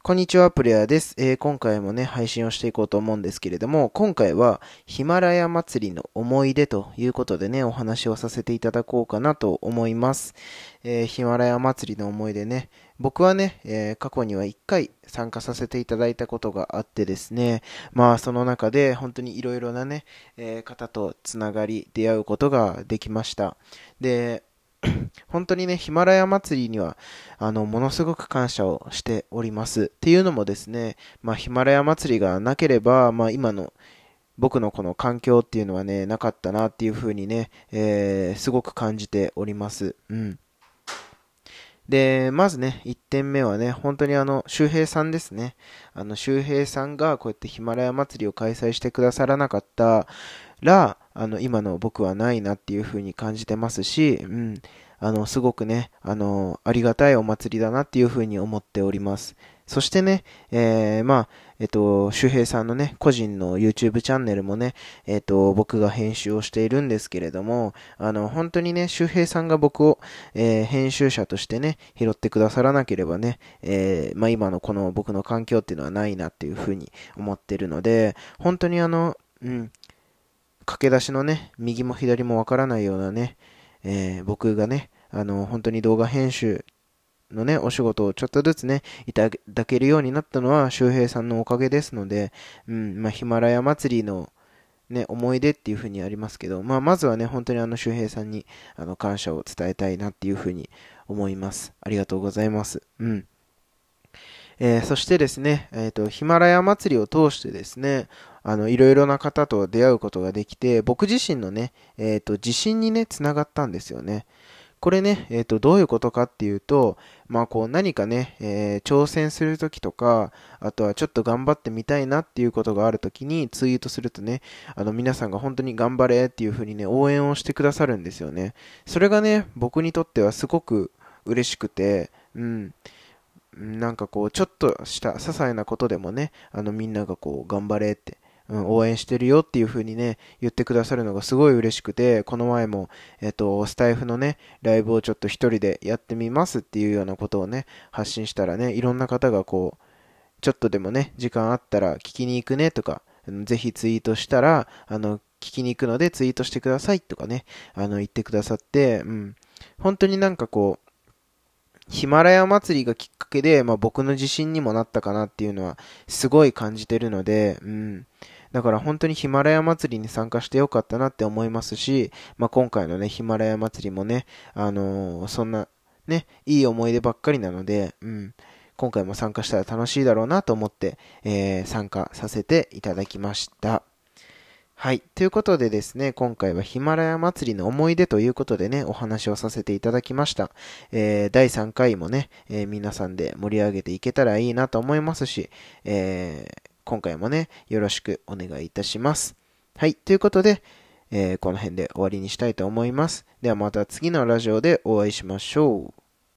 こんにちは、プレイヤーです。今回もね、配信をしていこうと思うんですけれども、今回はヒマラヤ祭りの思い出ということでね、お話をさせていただこうかなと思います。ヒマラヤ祭りの思い出ね、僕はね、過去には1回参加させていただいたことがあってですね、まあその中で本当にいろいろなね、方とつながり、出会うことができました。で、本当にね、ヒマラヤ祭りには、ものすごく感謝をしております。っていうのもですね、まあ、ヒマラヤ祭りがなければ、まあ、今の僕のこの環境っていうのはね、なかったなっていうふうにね、すごく感じております。うん。で、まずね、1点目はね、本当に周平さんですね。周平さんがこうやってヒマラヤ祭りを開催してくださらなかったら、今の僕はないなっていうふうに感じてますし、うん。すごくね、ありがたいお祭りだなっていうふうに思っております。そしてね、まあ、周平さんのね、個人の YouTube チャンネルもね、僕が編集をしているんですけれども、本当にね、周平さんが僕を、編集者としてね、拾ってくださらなければね、まあ今のこの僕の環境っていうのはないなっていうふうに思ってるので、本当にうん、駆け出しのね、右も左もわからないようなね、僕がね、本当に動画編集のね、お仕事をちょっとずつね、いただけるようになったのは周平さんのおかげですので、うん、まあ、ヒマラヤ祭りのね、思い出っていう風にありますけど、まあ、まずはね、本当に周平さんに、感謝を伝えたいなっていう風に思います。ありがとうございます。うん。そしてですね、ヒマラヤ祭りを通してですね、いろいろな方と出会うことができて、僕自身のね、自信にね、つながったんですよね。これね、どういうことかっていうと、まあこう何かね、挑戦するときとか、あとはちょっと頑張ってみたいなっていうことがあるときにツイートするとね、皆さんが本当に頑張れっていう風にね、応援をしてくださるんですよね。それがね、僕にとってはすごく嬉しくて、うん。なんかこう、ちょっとした些細なことでもね、みんながこう、頑張れって、うん、応援してるよっていう風にね、言ってくださるのがすごい嬉しくて、この前も、スタイフのね、ライブをちょっと一人でやってみますっていうようなことをね、発信したらね、いろんな方がこう、ちょっとでもね、時間あったら聞きに行くねとか、ぜひツイートしたら、聞きに行くのでツイートしてくださいとかね、言ってくださって、うん、本当になんかこう、ヒマラヤ祭りがきっかけで、まあ、僕の自信にもなったかなっていうのはすごい感じてるので、うん。だから本当にヒマラヤ祭りに参加してよかったなって思いますし、まあ、今回のね、ヒマラヤ祭りもね、そんなね、いい思い出ばっかりなので、うん。今回も参加したら楽しいだろうなと思って、参加させていただきました。はい。ということでですね、今回はヒマラヤ祭りの思い出ということでね、お話をさせていただきました。第3回もね、皆さんで盛り上げていけたらいいなと思いますし、今回もね、よろしくお願いいたします。はい。ということで、この辺で終わりにしたいと思います。ではまた次のラジオでお会いしましょう。